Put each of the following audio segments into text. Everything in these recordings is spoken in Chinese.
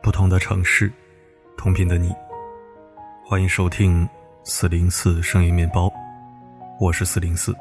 不同的城市，同频的你，欢迎收听404声音面包，我是404。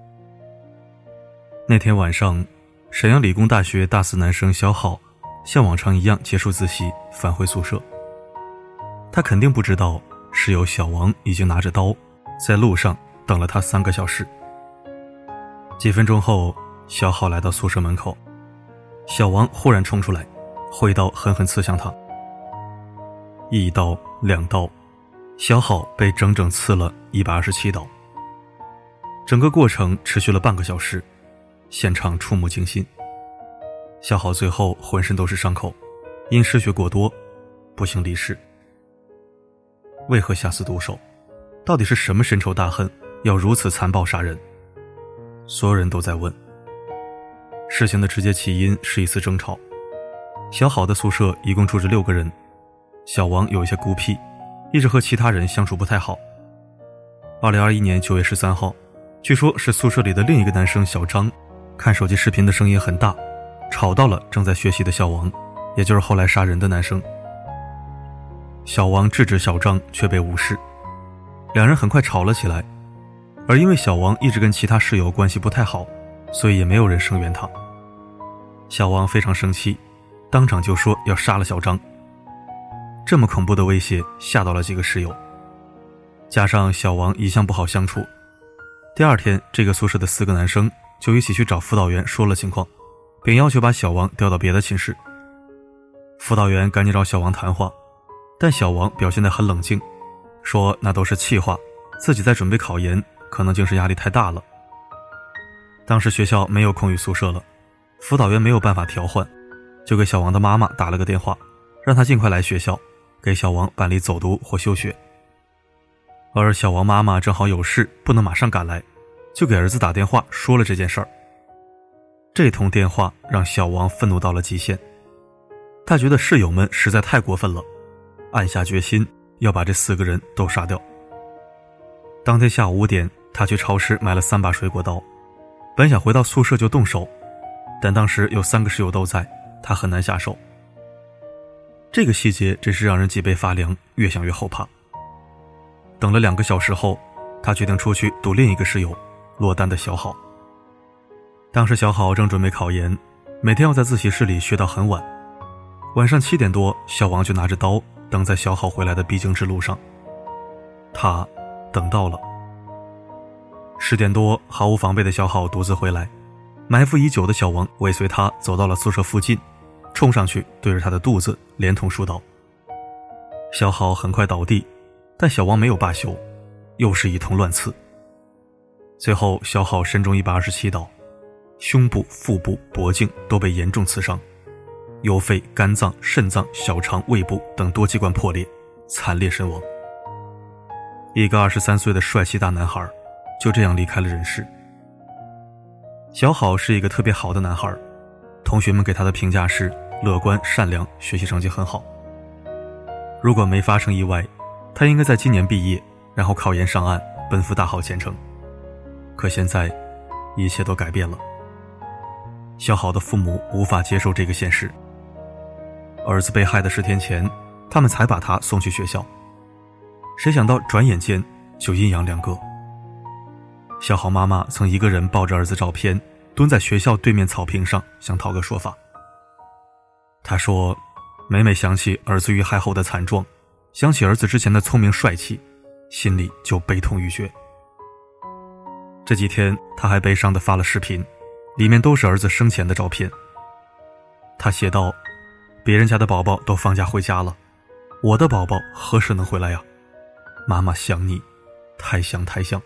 那天晚上，沈阳理工大学大四男生小郝像往常一样结束自习返回宿舍。他肯定不知道室友小王已经拿着刀在路上等了他3个小时。几分钟后，小郝来到宿舍门口，小王忽然冲出来，挥刀狠狠刺向他。1刀2刀，小郝被整整刺了127刀。整个过程持续了半个小时，现场触目惊心。小郝最后浑身都是伤口，因失血过多不幸离世。为何下死毒手？到底是什么深仇大恨要如此残暴杀人？所有人都在问。事情的直接起因是一次争吵。小郝的宿舍一共住着6个人，小王有一些孤僻，一直和其他人相处不太好。2021年9月13号，据说是宿舍里的另一个男生小张看手机视频的声音很大，吵到了正在学习的小王，也就是后来杀人的男生。小王制止小张却被无视，两人很快吵了起来。而因为小王一直跟其他室友关系不太好，所以也没有人声援他。小王非常生气，当场就说要杀了小张。这么恐怖的威胁吓到了几个室友，加上小王一向不好相处，第二天这个宿舍的4个男生就一起去找辅导员说了情况，并要求把小王调到别的寝室。辅导员赶紧找小王谈话，但小王表现得很冷静，说那都是气话，自己在准备考研，可能精神压力太大了。当时学校没有空余宿舍了，辅导员没有办法调换，就给小王的妈妈打了个电话，让他尽快来学校给小王办理走读或休学。而小王妈妈正好有事不能马上赶来，就给儿子打电话说了这件事儿。这通电话让小王愤怒到了极限，他觉得室友们实在太过分了，暗下决心要把这4个人都杀掉。当天下午5点，他去超市买了3把水果刀，本想回到宿舍就动手，但当时有3个室友都在，他很难下手。这个细节真是让人脊背发凉，越想越后怕。等了2个小时后，他决定出去堵另一个室友落单的小郝。当时小郝正准备考研，每天要在自习室里学到很晚。晚上7点多，小王就拿着刀等在小郝回来的必经之路上。他等到了。10点多，毫无防备的小郝独自回来，埋伏已久的小王尾随他走到了宿舍附近，冲上去对着他的肚子连捅数刀。小郝很快倒地，但小王没有罢休，又是一通乱刺。最后小郝身中127刀，胸部、腹部、脖颈都被严重刺伤，右肺、肝脏、肾脏、小肠、胃部等多器官破裂，惨烈身亡。一个23岁的帅气大男孩就这样离开了人世。小郝是一个特别好的男孩，同学们给他的评价是乐观、善良，学习成绩很好。如果没发生意外，他应该在今年毕业，然后考研上岸，奔赴大好前程。可现在一切都改变了。小郝的父母无法接受这个现实。儿子被害的10天前，他们才把他送去学校，谁想到转眼间就阴阳两个。小郝妈妈曾一个人抱着儿子照片，蹲在学校对面草坪上想讨个说法。她说，每每想起儿子遇害后的惨状，想起儿子之前的聪明帅气，心里就悲痛欲绝。这几天他还悲伤地发了视频，里面都是儿子生前的照片。他写道，别人家的宝宝都放假回家了，我的宝宝何时能回来呀？妈妈想你，太想太想。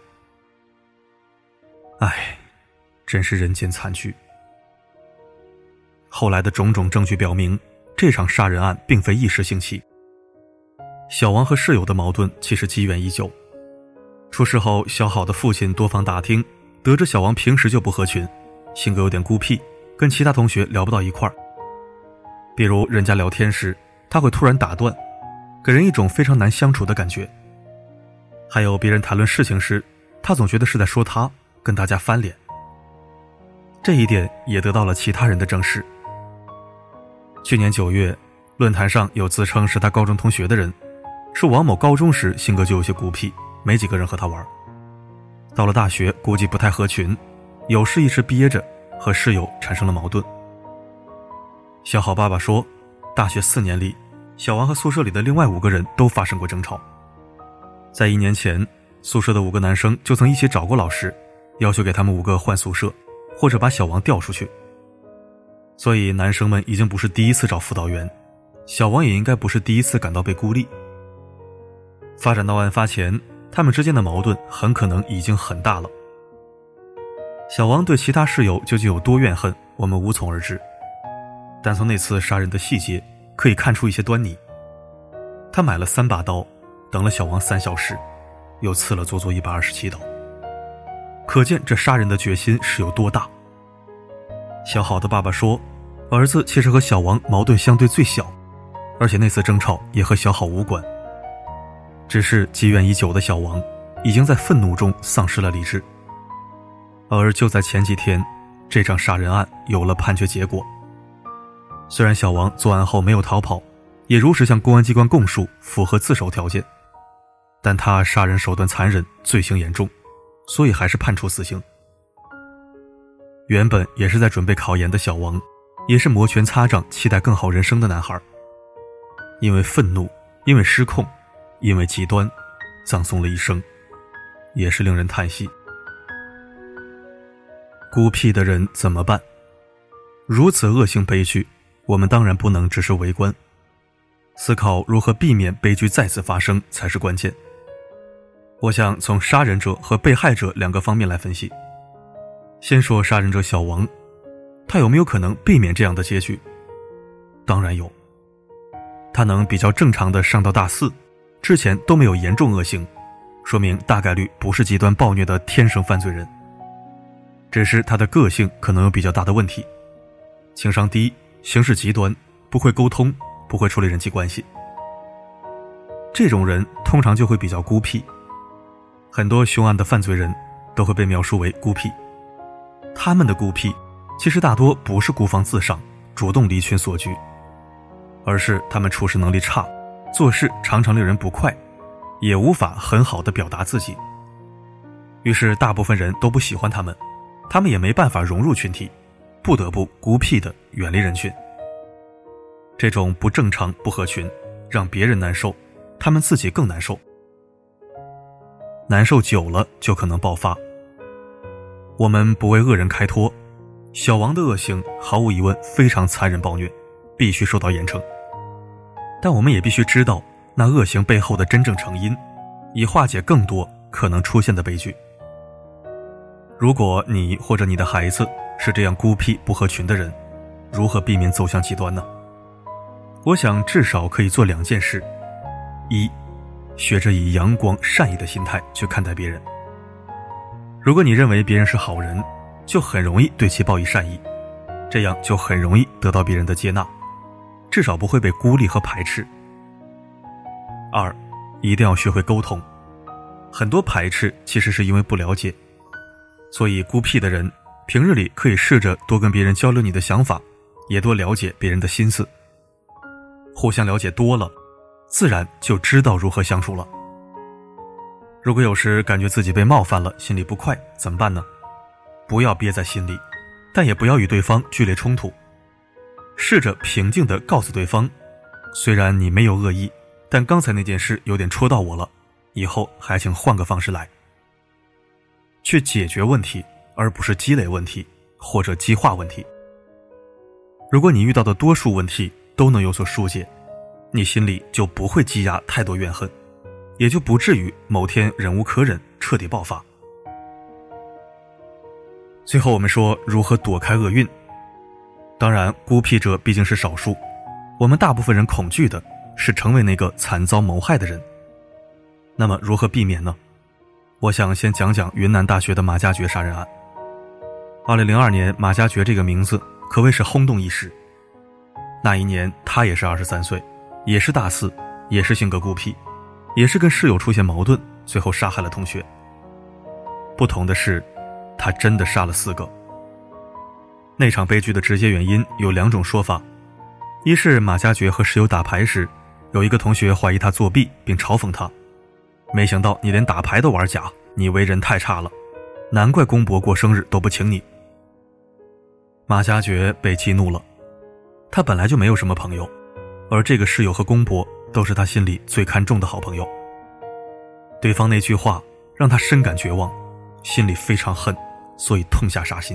唉，真是人间惨剧。后来的种种证据表明，这场杀人案并非一时兴起。小王和室友的矛盾其实积怨已久。出事后，小郝的父亲多方打听，得知小王平时就不合群，性格有点孤僻，跟其他同学聊不到一块儿。比如人家聊天时，他会突然打断，给人一种非常难相处的感觉。还有别人谈论事情时，他总觉得是在说他，跟大家翻脸。这一点也得到了其他人的证实。去年9月， 论坛上有自称是他高中同学的人，说王某高中时性格就有些孤僻，没几个人和他玩。到了大学估计不太合群，有事一直憋着，和室友产生了矛盾。小好爸爸说，大学4年里，小王和宿舍里的另外5个人都发生过争吵。在1年前，宿舍的5个男生就曾一起找过老师，要求给他们5个换宿舍，或者把小王调出去。所以男生们已经不是第一次找辅导员，小王也应该不是第一次感到被孤立。发展到案发前，他们之间的矛盾很可能已经很大了。小王对其他室友究竟有多怨恨，我们无从而知，但从那次杀人的细节可以看出一些端倪。他买了3把刀，等了小王3小时，又刺了足足127刀，可见这杀人的决心是有多大。小好的爸爸说，儿子其实和小王矛盾相对最小，而且那次争吵也和小好无关，只是积怨已久的小王已经在愤怒中丧失了理智。而就在前几天，这场杀人案有了判决结果。虽然小王作案后没有逃跑，也如实向公安机关供述，符合自首条件，但他杀人手段残忍，罪行严重，所以还是判处死刑。原本也是在准备考研的小王，也是摩拳擦掌期待更好人生的男孩，因为愤怒，因为失控，因为极端，葬送了一生，也是令人叹息。孤僻的人怎么办？如此恶性悲剧，我们当然不能只是围观，思考如何避免悲剧再次发生才是关键。我想从杀人者和被害者2个方面来分析。先说杀人者小王，他有没有可能避免这样的结局？当然有。他能比较正常的上到大4，之前都没有严重恶行，说明大概率不是极端暴虐的天生犯罪人，只是他的个性可能有比较大的问题，情商低，行事极端，不会沟通，不会处理人际关系。这种人通常就会比较孤僻，很多凶案的犯罪人都会被描述为孤僻。他们的孤僻其实大多不是孤芳自赏，主动离群索居，而是他们处事能力差，做事常常令人不快，也无法很好地表达自己。于是大部分人都不喜欢他们，他们也没办法融入群体，不得不孤僻地远离人群。这种不正常不合群，让别人难受，他们自己更难受，难受久了就可能爆发。我们不为恶人开脱，小王的恶行毫无疑问非常残忍暴虐，必须受到严惩。但我们也必须知道那恶行背后的真正成因，以化解更多可能出现的悲剧。如果你或者你的孩子是这样孤僻不合群的人，如何避免走向极端呢？我想至少可以做2件事。一，学着以阳光善意的心态去看待别人。如果你认为别人是好人，就很容易对其报以善意，这样就很容易得到别人的接纳，至少不会被孤立和排斥。2，一定要学会沟通。很多排斥其实是因为不了解，所以孤僻的人平日里可以试着多跟别人交流你的想法，也多了解别人的心思。互相了解多了，自然就知道如何相处了。如果有时感觉自己被冒犯了，心里不快，怎么办呢？不要憋在心里，但也不要与对方剧烈冲突，试着平静地告诉对方，虽然你没有恶意，但刚才那件事有点戳到我了，以后还请换个方式来。去解决问题，而不是积累问题或者激化问题。如果你遇到的多数问题都能有所疏解，你心里就不会积压太多怨恨，也就不至于某天忍无可忍，彻底爆发。最后我们说如何躲开厄运。当然孤僻者毕竟是少数，我们大部分人恐惧的是成为那个惨遭谋害的人。那么如何避免呢？我想先讲讲云南大学的马加爵杀人案。2002年，马加爵这个名字可谓是轰动一时。那一年他也是23岁，也是大4，也是性格孤僻，也是跟室友出现矛盾，最后杀害了同学。不同的是，他真的杀了4个。那场悲剧的直接原因有2种说法， 一是马加爵和室友打牌时，有一个同学怀疑他作弊并嘲讽他，没想到你连打牌都玩假，你为人太差了，难怪公伯过生日都不请你。马加爵被激怒了，他本来就没有什么朋友，而这个室友和公伯都是他心里最看重的好朋友。对方那句话让他深感绝望，心里非常恨，所以痛下杀心。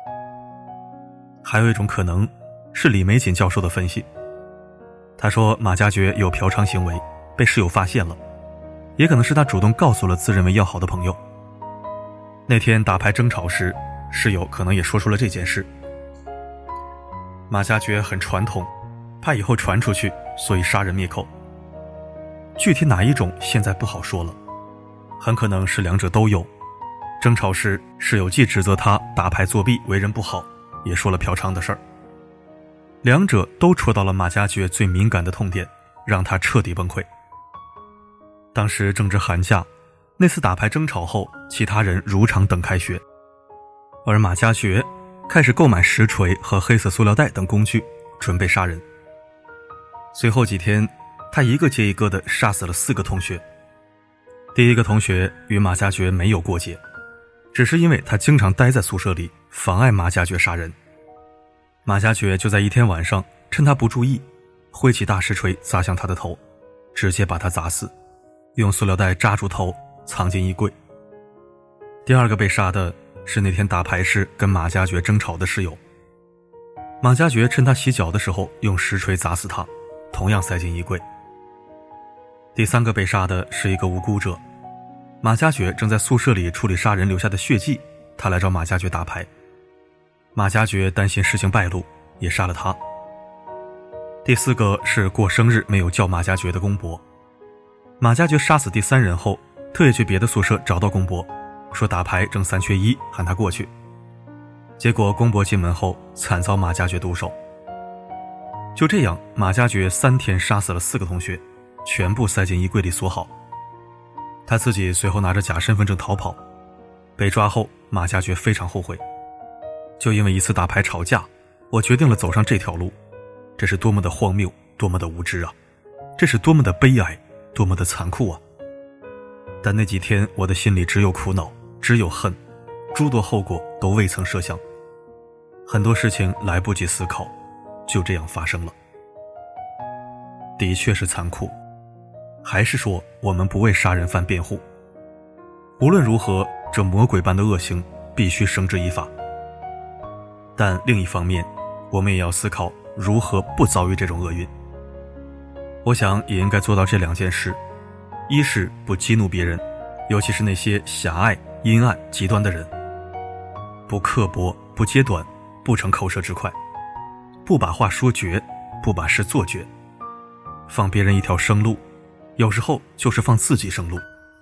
还有一种可能是李玫瑾教授的分析，他说马加爵有嫖娼行为被室友发现了，也可能是他主动告诉了自认为要好的朋友。那天打牌争吵时，室友可能也说出了这件事。马加爵很传统，怕以后传出去，所以杀人灭口。具体哪一种现在不好说了，很可能是两者都有。争吵时，室友既指责他打牌作弊为人不好，也说了嫖娼的事儿。两者都戳到了马加爵最敏感的痛点，让他彻底崩溃。当时正值寒假，那次打牌争吵后，其他人如常等开学，而马加爵开始购买实锤和黑色塑料袋等工具，准备杀人。随后几天，他一个接一个地杀死了4个同学。第一个同学与马加爵没有过节，只是因为他经常待在宿舍里，妨碍马加爵杀人。马加爵就在一天晚上，趁他不注意，挥起大实锤砸向他的头，直接把他砸死，用塑料袋扎住头，藏进衣柜。第二个被杀的是那天打牌时跟马加爵争吵的室友。马加爵趁他洗脚的时候用实锤砸死他，同样塞进衣柜。第三个被杀的是一个无辜者，马加爵正在宿舍里处理杀人留下的血迹，他来找马加爵打牌。马加爵担心事情败露，也杀了他。第四个是过生日没有叫马加爵的公伯。马加爵杀死第3人后，特意去别的宿舍找到公伯，说打牌正3缺1，喊他过去。结果公伯进门后惨遭马加爵毒手。就这样，马加爵3天杀死了4个同学，全部塞进衣柜里锁好。他自己随后拿着假身份证逃跑。被抓后，马加爵非常后悔，就因为一次打牌吵架，我决定了走上这条路。这是多么的荒谬，多么的无知啊！这是多么的悲哀，多么的残酷啊！但那几天我的心里只有苦恼，只有恨，诸多后果都未曾设想。很多事情来不及思考，就这样发生了。的确是残酷，还是说我们不为杀人犯辩护？无论如何，这魔鬼般的恶行必须绳之以法。但另一方面，我们也要思考如何不遭遇这种厄运。我想也应该做到这2件事：一是不激怒别人，尤其是那些狭隘、阴暗、极端的人；不刻薄，不揭短，不逞口舌之快，不把话说绝，不把事做绝。放别人一条生路，有时候就是放自己生路。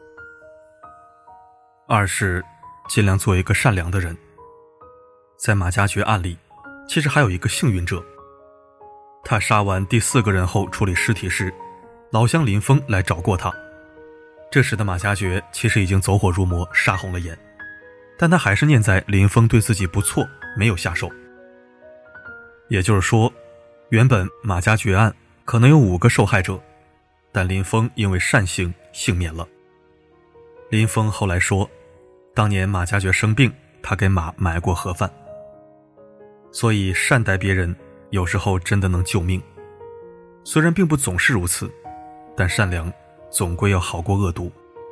二是尽量做一个善良的人。在马加爵案里，其实还有一个幸运者。他杀完第4个人后处理尸体时，老乡林峰来找过他。这时的马加爵其实已经走火入魔，杀红了眼，但他还是念在林峰对自己不错，没有下手。也就是说，原本马加爵案可能有5个受害者，但林峰因为善行幸免了。林峰后来说，当年马加爵生病，他给马买过盒饭。所以善待别人有时候真的能救命，虽然并不总是如此，但善良总归要好过恶毒。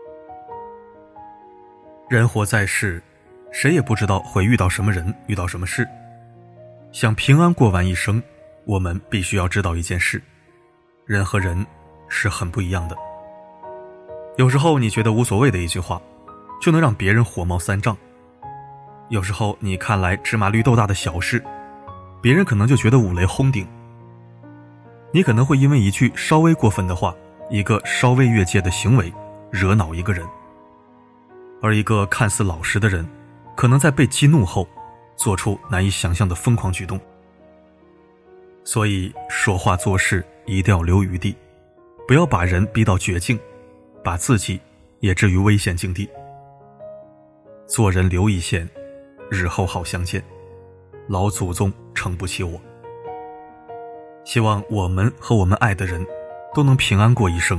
人活在世，谁也不知道会遇到什么人，遇到什么事。想平安过完一生，我们必须要知道一件事：人和人是很不一样的。有时候你觉得无所谓的一句话，就能让别人火冒三丈；有时候你看来芝麻绿豆大的小事，别人可能就觉得五雷轰顶。你可能会因为一句稍微过分的话，一个稍微越界的行为，惹恼一个人。而一个看似老实的人，可能在被激怒后做出难以想象的疯狂举动。所以说话做事一定要留余地，不要把人逼到绝境，把自己也置于危险境地。做人留一线，日后好相见，老祖宗撑不起我。 希望我们和我们爱的人都能平安过一生。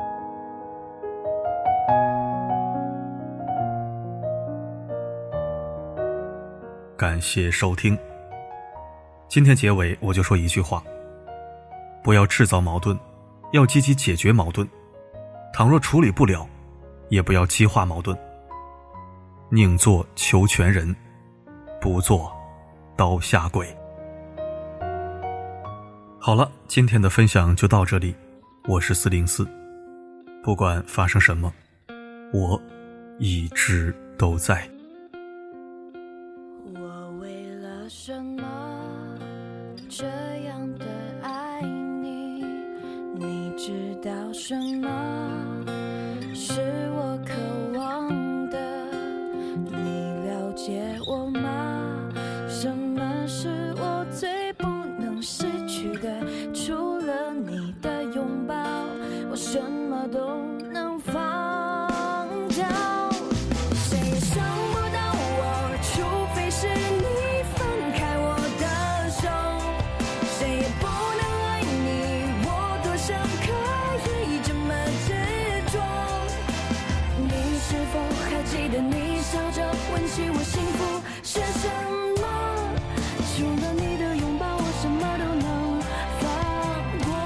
感谢收听。今天结尾我就说一句话，不要制造矛盾，要积极解决矛盾。倘若处理不了，也不要激化矛盾。宁做求全人，不做刀下鬼。好了，今天的分享就到这里，我是404。不管发生什么，我一直都在。 我为了什么这样的爱你？你知道什么是我渴望的？你了解我吗？什么是我最不能失去的？除了你的拥抱，我什么都能放掉。谁也想不到我，除非是你放开我的手。谁也不能爱你，我多想可以这么执着。你是否还记得你笑着问起我幸福是什么？除了你的拥抱，我什么都能放过。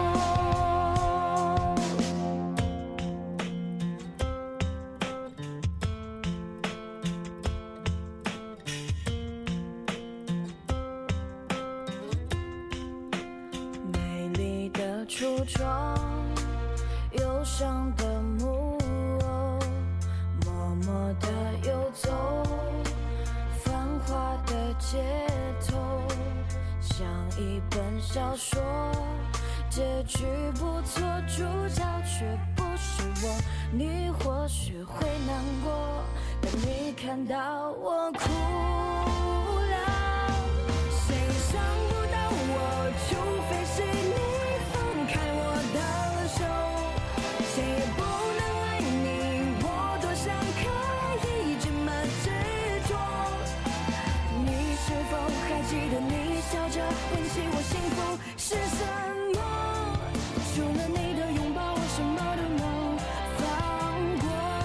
美丽的橱窗，忧伤的木偶，默默地游走，繁华的街头，像一本小说，结局不错，主角却不是我。你或许会难过，但你看到我哭了。谁也想不到我，除非是你放开我的手。谁也不能爱你，我多想可以这么执着。你是否还记得你笑着问起我幸福是什么？除了你的拥抱，我什么都能放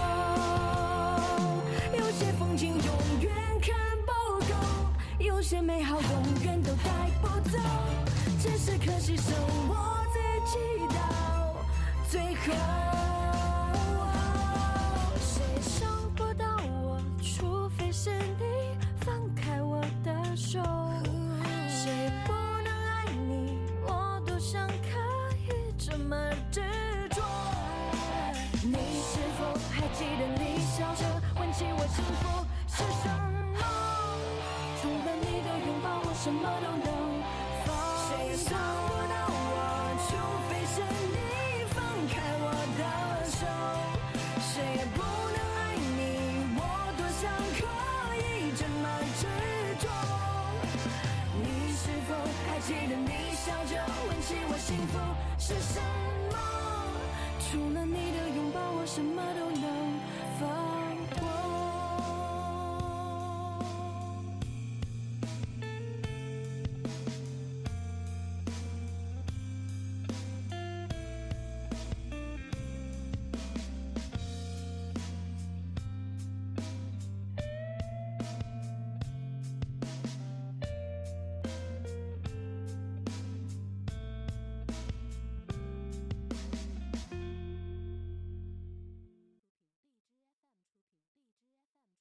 过。有些风景永远看不够，有些美好永远都带不走，只是可惜剩我自己到最后。谁也想不到我，除非是你放开我的手。谁也不能爱你，我多想可以这么执着。你是否还记得你笑着问起我幸福是什么？除了你的拥抱，我什么都能放手。谁也想不到我，除非是你放开我的手。谁也不能爱你，我多想可以这么执着。你是否还记得你笑着问起我幸福是什么？除了你的拥抱，我什么都能放